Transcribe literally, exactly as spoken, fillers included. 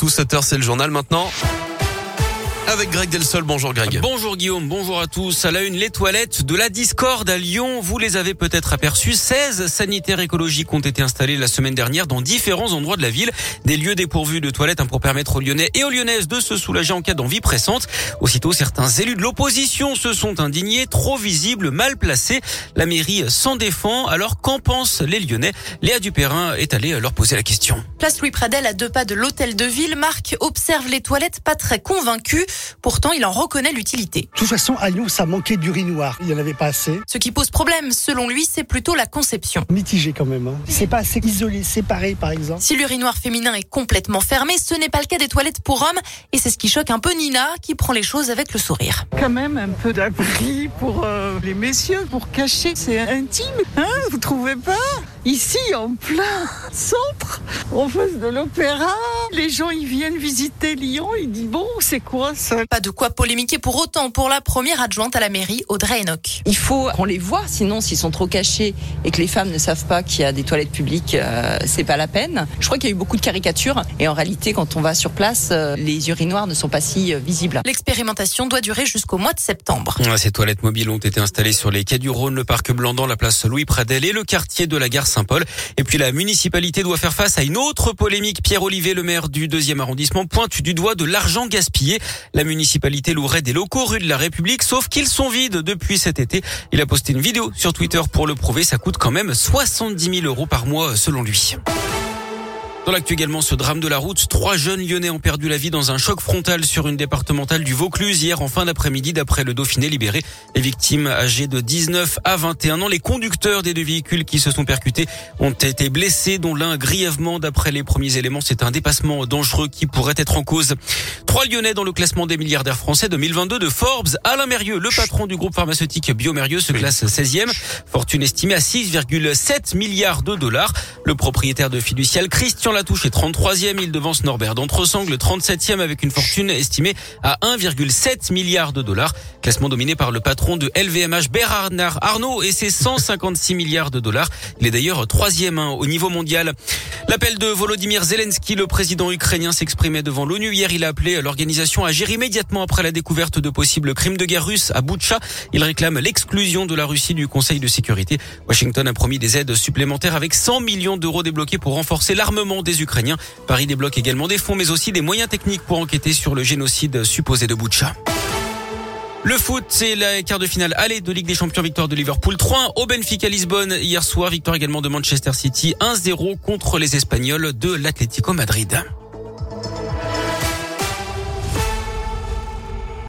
tous, sept heures, c'est le journal maintenant. Avec Greg Delsol. Bonjour Greg. Bonjour Guillaume, bonjour à tous. À la une, les toilettes de la discorde à Lyon. Vous les avez peut-être aperçues. seize sanitaires écologiques ont été installés la semaine dernière dans différents endroits de la ville. Des lieux dépourvus de toilettes hein, pour permettre aux Lyonnais et aux Lyonnaises de se soulager en cas d'envie pressante. Aussitôt, certains élus de l'opposition se sont indignés. Trop visibles, mal placés. La mairie s'en défend. Alors qu'en pensent les Lyonnais? Léa Dupérin est allée leur poser la question. Place Louis Pradel, à deux pas de l'hôtel de ville. Marc observe les toilettes, pas très convaincu. Pourtant, il en reconnaît l'utilité. De toute façon, à Lyon, ça manquait d'urinoir. Il n'y en avait pas assez. Ce qui pose problème, selon lui, c'est plutôt la conception. Mitigé quand même. Hein. C'est pas assez isolé, séparé par exemple. Si l'urinoir féminin est complètement fermé, ce n'est pas le cas des toilettes pour hommes. Et c'est ce qui choque un peu Nina, qui prend les choses avec le sourire. Quand même un peu d'abri pour euh, les messieurs, pour cacher. C'est intime, hein, vous trouvez pas? Ici, en plein centre, en face de l'opéra, les gens ils viennent visiter Lyon, ils disent bon, c'est quoi ça? Pas de quoi polémiquer pour autant pour la première adjointe à la mairie, Audrey Enoch. Il faut qu'on les voit, sinon s'ils sont trop cachés et que les femmes ne savent pas qu'il y a des toilettes publiques, euh, c'est pas la peine. Je crois qu'il y a eu beaucoup de caricatures et en réalité, quand on va sur place, euh, les urinoirs ne sont pas si euh, visibles. L'expérimentation doit durer jusqu'au mois de septembre. Ces toilettes mobiles ont été installées sur les quais du Rhône, le parc Blandan, la place Louis Pradel et le quartier de la gare Saint-Paul. Et puis la municipalité doit faire face à une autre polémique. Pierre Olivier, le maire du deuxième arrondissement, pointe du doigt de l'argent gaspillé. La municipalité louerait des locaux rue de la République, sauf qu'ils sont vides depuis cet été. Il a posté une vidéo sur Twitter pour le prouver. Ça coûte quand même soixante-dix mille euros par mois selon lui. Dans l'actu également, ce drame de la route. Trois jeunes Lyonnais ont perdu la vie dans un choc frontal sur une départementale du Vaucluse hier en fin d'après-midi d'après le Dauphiné libéré. Les victimes âgées de dix-neuf à vingt et un ans. Les conducteurs des deux véhicules qui se sont percutés ont été blessés, dont l'un grièvement. D'après les premiers éléments, c'est un dépassement dangereux qui pourrait être en cause. Trois Lyonnais dans le classement des milliardaires français deux mille vingt-deux de Forbes. Alain Mérieux, le patron du groupe pharmaceutique Biomérieux, se classe seizième. Fortune estimée à six virgule sept milliards de dollars. Le propriétaire de Fiducial, Christian Latouche, est trente-troisième. Il devance Norbert d'Entresangles, trente-septième, avec une fortune estimée à un virgule sept milliard de dollars. Classement dominé par le patron de L V M H, Bernard Arnault, et ses cent cinquante-six milliards de dollars. Il est d'ailleurs troisième hein, au niveau mondial. L'appel de Volodymyr Zelensky, le président ukrainien, s'exprimait devant l'ONU. Hier, il a appelé l'organisation à agir immédiatement après la découverte de possibles crimes de guerre russes à Boutcha. Il réclame l'exclusion de la Russie du Conseil de sécurité. Washington a promis des aides supplémentaires avec cent millions d'euros débloqués pour renforcer l'armement des Ukrainiens. Paris débloque également des fonds, mais aussi des moyens techniques pour enquêter sur le génocide supposé de Boutcha. Le foot, c'est la quart de finale aller de Ligue des Champions, victoire de Liverpool trois un au Benfica Lisbonne hier soir, victoire également de Manchester City un zéro contre les Espagnols de l'Atlético Madrid.